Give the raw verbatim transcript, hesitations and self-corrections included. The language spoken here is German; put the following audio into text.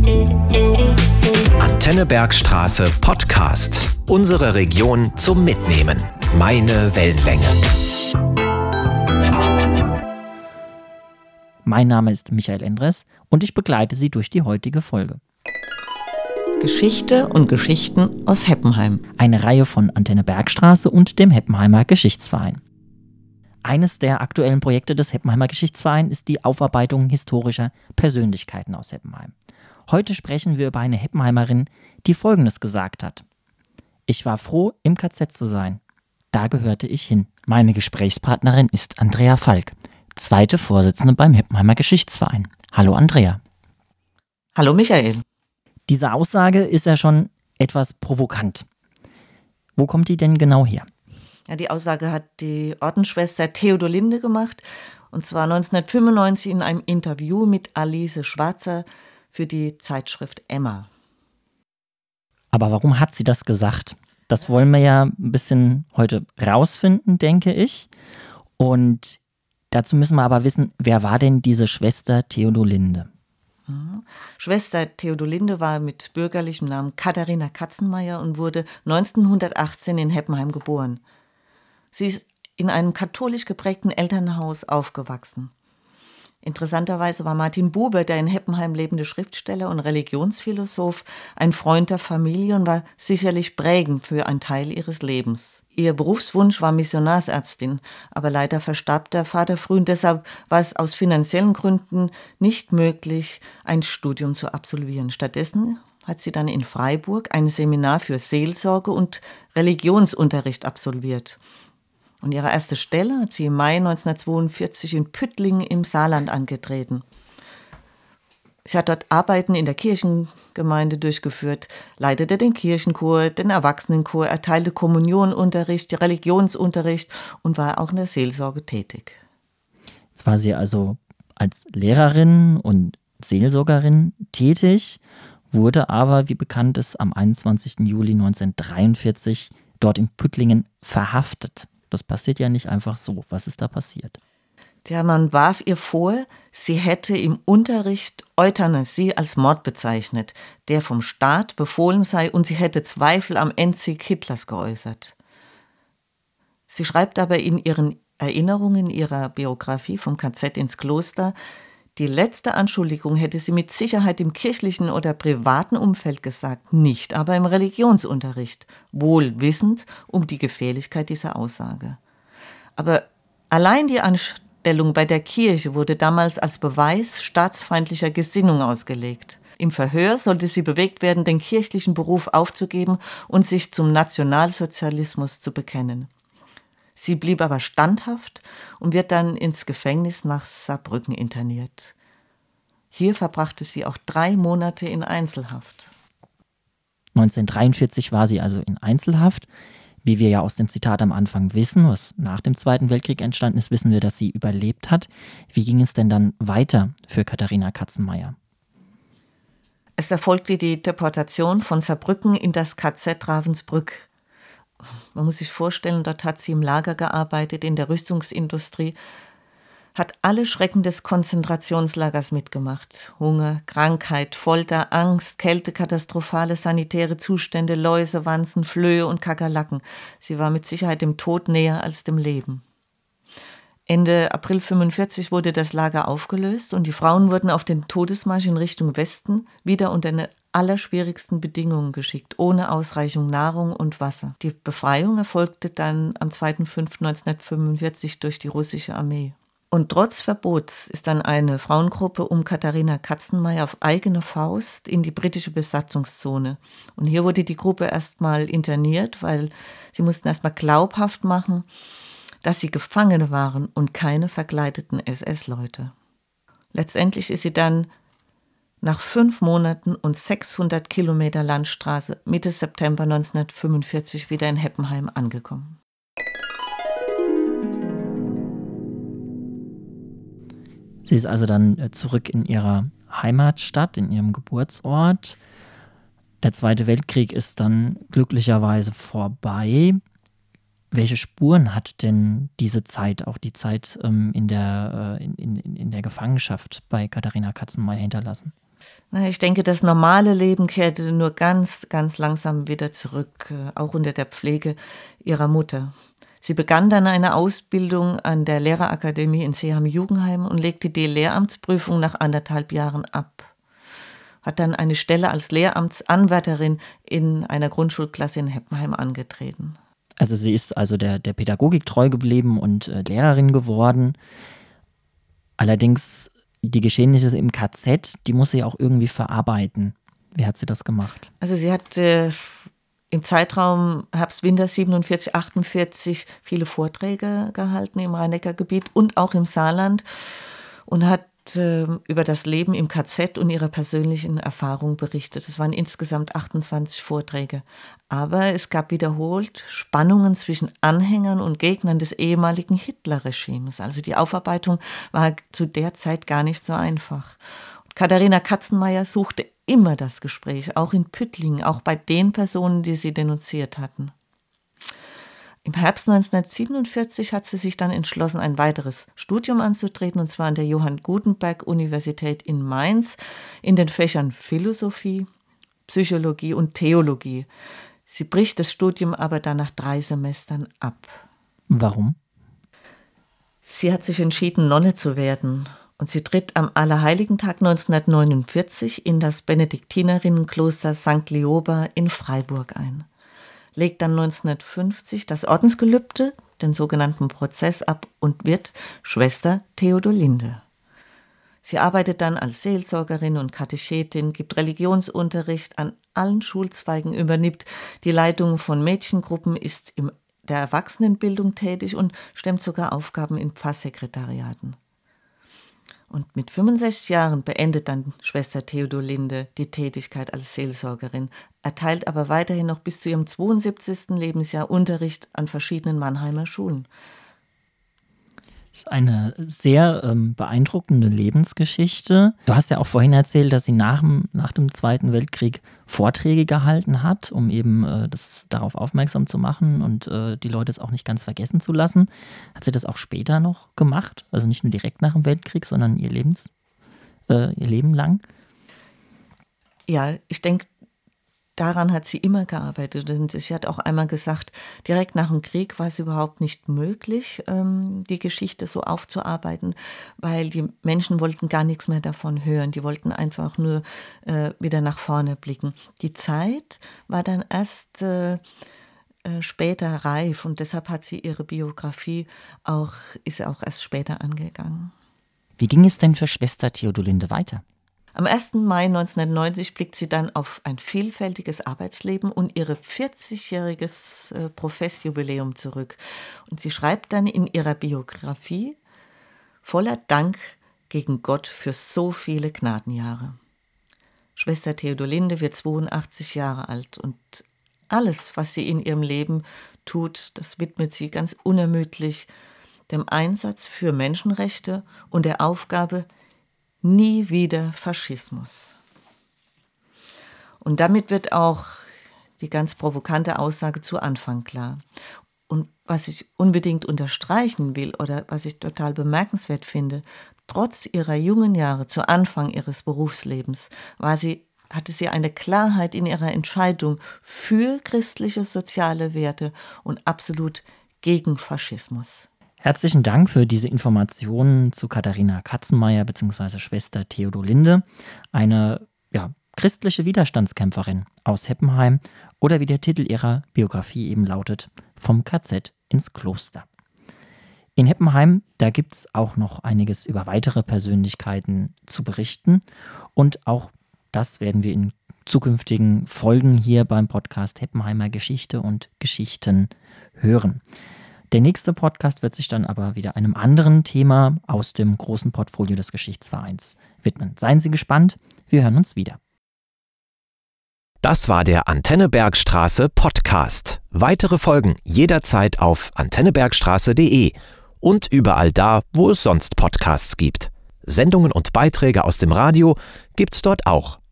Antenne Bergstraße Podcast. Unsere Region zum Mitnehmen. Meine Wellenlänge. Mein Name ist Michael Endres und ich begleite Sie durch die heutige Folge. Geschichte und Geschichten aus Heppenheim. Eine Reihe von Antenne Bergstraße und dem Heppenheimer Geschichtsverein. Eines der aktuellen Projekte des Heppenheimer Geschichtsvereins ist die Aufarbeitung historischer Persönlichkeiten aus Heppenheim. Heute sprechen wir über eine Heppenheimerin, die Folgendes gesagt hat: Ich war froh, im K Z zu sein. Da gehörte ich hin. Meine Gesprächspartnerin ist Andrea Falk, zweite Vorsitzende beim Heppenheimer Geschichtsverein. Hallo Andrea. Hallo Michael. Diese Aussage ist ja schon etwas provokant. Wo kommt die denn genau her? Ja, die Aussage hat die Ordensschwester Theodolinde gemacht, und zwar neunzehnhundertfünfundneunzig in einem Interview mit Alice Schwarzer für die Zeitschrift Emma. Aber warum hat sie das gesagt? Das wollen wir ja ein bisschen heute rausfinden, denke ich. Und dazu müssen wir aber wissen, wer war denn diese Schwester Theodolinde? Mhm. Schwester Theodolinde war mit bürgerlichem Namen Katharina Katzenmeier und wurde neunzehnhundertachtzehn in Heppenheim geboren. Sie ist in einem katholisch geprägten Elternhaus aufgewachsen. Interessanterweise war Martin Buber, der in Heppenheim lebende Schriftsteller und Religionsphilosoph, ein Freund der Familie und war sicherlich prägend für einen Teil ihres Lebens. Ihr Berufswunsch war Missionarsärztin, aber leider verstarb der Vater früh und deshalb war es aus finanziellen Gründen nicht möglich, ein Studium zu absolvieren. Stattdessen hat sie dann in Freiburg ein Seminar für Seelsorge und Religionsunterricht absolviert. Und ihre erste Stelle hat sie im Mai neunzehnhundertzweiundvierzig in Püttlingen im Saarland angetreten. Sie hat dort Arbeiten in der Kirchengemeinde durchgeführt, leitete den Kirchenchor, den Erwachsenenchor, erteilte Kommunionunterricht, Religionsunterricht und war auch in der Seelsorge tätig. Jetzt war sie also als Lehrerin und Seelsorgerin tätig, wurde aber, wie bekannt ist, am einundzwanzigsten Juli neunzehnhundertdreiundvierzig dort in Püttlingen verhaftet. Das passiert ja nicht einfach so. Was ist da passiert? Ja, man warf ihr vor, sie hätte im Unterricht Euthanasie als Mord bezeichnet, der vom Staat befohlen sei, und sie hätte Zweifel am Endsieg Hitlers geäußert. Sie schreibt aber in ihren Erinnerungen ihrer Biografie vom K Z ins Kloster, die letzte Anschuldigung hätte sie mit Sicherheit im kirchlichen oder privaten Umfeld gesagt, nicht aber im Religionsunterricht, wohl wissend um die Gefährlichkeit dieser Aussage. Aber allein die Anstellung bei der Kirche wurde damals als Beweis staatsfeindlicher Gesinnung ausgelegt. Im Verhör sollte sie bewegt werden, den kirchlichen Beruf aufzugeben und sich zum Nationalsozialismus zu bekennen. Sie blieb aber standhaft und wird dann ins Gefängnis nach Saarbrücken interniert. Hier verbrachte sie auch drei Monate in Einzelhaft. neunzehnhundertdreiundvierzig war sie also in Einzelhaft. Wie wir ja aus dem Zitat am Anfang wissen, was nach dem Zweiten Weltkrieg entstanden ist, wissen wir, dass sie überlebt hat. Wie ging es denn dann weiter für Katharina Katzenmeier? Es erfolgte die Deportation von Saarbrücken in das K Z Ravensbrück. Man muss sich vorstellen, dort hat sie im Lager gearbeitet, in der Rüstungsindustrie, hat alle Schrecken des Konzentrationslagers mitgemacht. Hunger, Krankheit, Folter, Angst, Kälte, katastrophale sanitäre Zustände, Läuse, Wanzen, Flöhe und Kakerlaken. Sie war mit Sicherheit dem Tod näher als dem Leben. Ende April fünfundvierzig wurde das Lager aufgelöst und die Frauen wurden auf den Todesmarsch in Richtung Westen wieder unter den allerschwierigsten Bedingungen geschickt, ohne Ausreichung Nahrung und Wasser. Die Befreiung erfolgte dann am zweiten fünften neunzehnhundertfünfundvierzig durch die russische Armee. Und trotz Verbots ist dann eine Frauengruppe um Katharina Katzenmeier auf eigene Faust in die britische Besatzungszone. Und hier wurde die Gruppe erstmal interniert, weil sie mussten erstmal glaubhaft machen, dass sie Gefangene waren und keine verkleideten S S-Leute. Letztendlich ist sie dann nach fünf Monaten und sechshundert Kilometer Landstraße Mitte September neunzehnhundertfünfundvierzig wieder in Heppenheim angekommen. Sie ist also dann zurück in ihrer Heimatstadt, in ihrem Geburtsort. Der Zweite Weltkrieg ist dann glücklicherweise vorbei. Welche Spuren hat denn diese Zeit, auch die Zeit ähm, in, der, äh, in, in, in der Gefangenschaft bei Katharina Katzenmeier hinterlassen? Ich denke, das normale Leben kehrte nur ganz, ganz langsam wieder zurück, auch unter der Pflege ihrer Mutter. Sie begann dann eine Ausbildung an der Lehrerakademie in Seeham-Jugenheim und legte die Lehramtsprüfung nach anderthalb Jahren ab. Hat dann eine Stelle als Lehramtsanwärterin in einer Grundschulklasse in Heppenheim angetreten. Also sie ist also der, der Pädagogik treu geblieben und äh, Lehrerin geworden. Allerdings die Geschehnisse im K Z, die muss sie auch irgendwie verarbeiten. Wie hat sie das gemacht? Also sie hat äh, im Zeitraum Herbst-Winter siebenundvierzig, achtundvierzig viele Vorträge gehalten im Rhein-Neckar-Gebiet und auch im Saarland und hat äh, über das Leben im K Z und ihre persönlichen Erfahrungen berichtet. Es waren insgesamt achtundzwanzig Vorträge. Aber es gab wiederholt Spannungen zwischen Anhängern und Gegnern des ehemaligen Hitler-Regimes. Also die Aufarbeitung war zu der Zeit gar nicht so einfach. Und Katharina Katzenmeier suchte immer das Gespräch, auch in Püttlingen, auch bei den Personen, die sie denunziert hatten. Im Herbst neunzehnhundertsiebenundvierzig hat sie sich dann entschlossen, ein weiteres Studium anzutreten, und zwar an der Johann Gutenberg Universität in Mainz in den Fächern Philosophie, Psychologie und Theologie. Sie bricht das Studium aber dann nach drei Semestern ab. Warum? Sie hat sich entschieden, Nonne zu werden. Und sie tritt am Allerheiligentag neunzehnhundertneunundvierzig in das Benediktinerinnenkloster Sankt Lioba in Freiburg ein. Legt dann neunzehnhundertfünfzig das Ordensgelübde, den sogenannten Prozess, ab und wird Schwester Theodolinde. Sie arbeitet dann als Seelsorgerin und Katechetin, gibt Religionsunterricht an allen Schulzweigen, übernimmt die Leitung von Mädchengruppen, ist in der Erwachsenenbildung tätig und stemmt sogar Aufgaben in Pfarrsekretariaten. Und mit fünfundsechzig Jahren beendet dann Schwester Theodolinde die Tätigkeit als Seelsorgerin, erteilt aber weiterhin noch bis zu ihrem zweiundsiebzigsten Lebensjahr Unterricht an verschiedenen Mannheimer Schulen. Das ist eine sehr ähm, beeindruckende Lebensgeschichte. Du hast ja auch vorhin erzählt, dass sie nach dem, nach dem Zweiten Weltkrieg Vorträge gehalten hat, um eben äh, das darauf aufmerksam zu machen und äh, die Leute es auch nicht ganz vergessen zu lassen. Hat sie das auch später noch gemacht? Also nicht nur direkt nach dem Weltkrieg, sondern ihr, Lebens, äh, ihr Leben lang? Ja, ich denke, daran hat sie immer gearbeitet, und sie hat auch einmal gesagt, direkt nach dem Krieg war es überhaupt nicht möglich, die Geschichte so aufzuarbeiten, weil die Menschen wollten gar nichts mehr davon hören, die wollten einfach nur wieder nach vorne blicken. Die Zeit war dann erst später reif, und deshalb hat sie ihre Biografie auch, ist auch erst später angegangen. Wie ging es denn für Schwester Theodolinde weiter? Am ersten Mai neunzehnhundertneunzig blickt sie dann auf ein vielfältiges Arbeitsleben und ihre vierzigjähriges äh, Professjubiläum zurück. Und sie schreibt dann in ihrer Biografie: voller Dank gegen Gott für so viele Gnadenjahre. Schwester Theodolinde wird zweiundachtzig Jahre alt, und alles, was sie in ihrem Leben tut, das widmet sie ganz unermüdlich dem Einsatz für Menschenrechte und der Aufgabe, nie wieder Faschismus. Und damit wird auch die ganz provokante Aussage zu Anfang klar. Und was ich unbedingt unterstreichen will oder was ich total bemerkenswert finde, trotz ihrer jungen Jahre zu Anfang ihres Berufslebens war sie, hatte sie eine Klarheit in ihrer Entscheidung für christliche soziale Werte und absolut gegen Faschismus. Herzlichen Dank für diese Informationen zu Katharina Katzenmeier bzw. Schwester Theodolinde, eine ja, christliche Widerstandskämpferin aus Heppenheim, oder wie der Titel ihrer Biografie eben lautet, vom K Z ins Kloster. In Heppenheim, da gibt es auch noch einiges über weitere Persönlichkeiten zu berichten, und auch das werden wir in zukünftigen Folgen hier beim Podcast Heppenheimer Geschichte und Geschichten hören. Der nächste Podcast wird sich dann aber wieder einem anderen Thema aus dem großen Portfolio des Geschichtsvereins widmen. Seien Sie gespannt, wir hören uns wieder. Das war der Antenne Bergstraße Podcast. Weitere Folgen jederzeit auf antennebergstraße punkt de und überall da, wo es sonst Podcasts gibt. Sendungen und Beiträge aus dem Radio gibt's dort auch.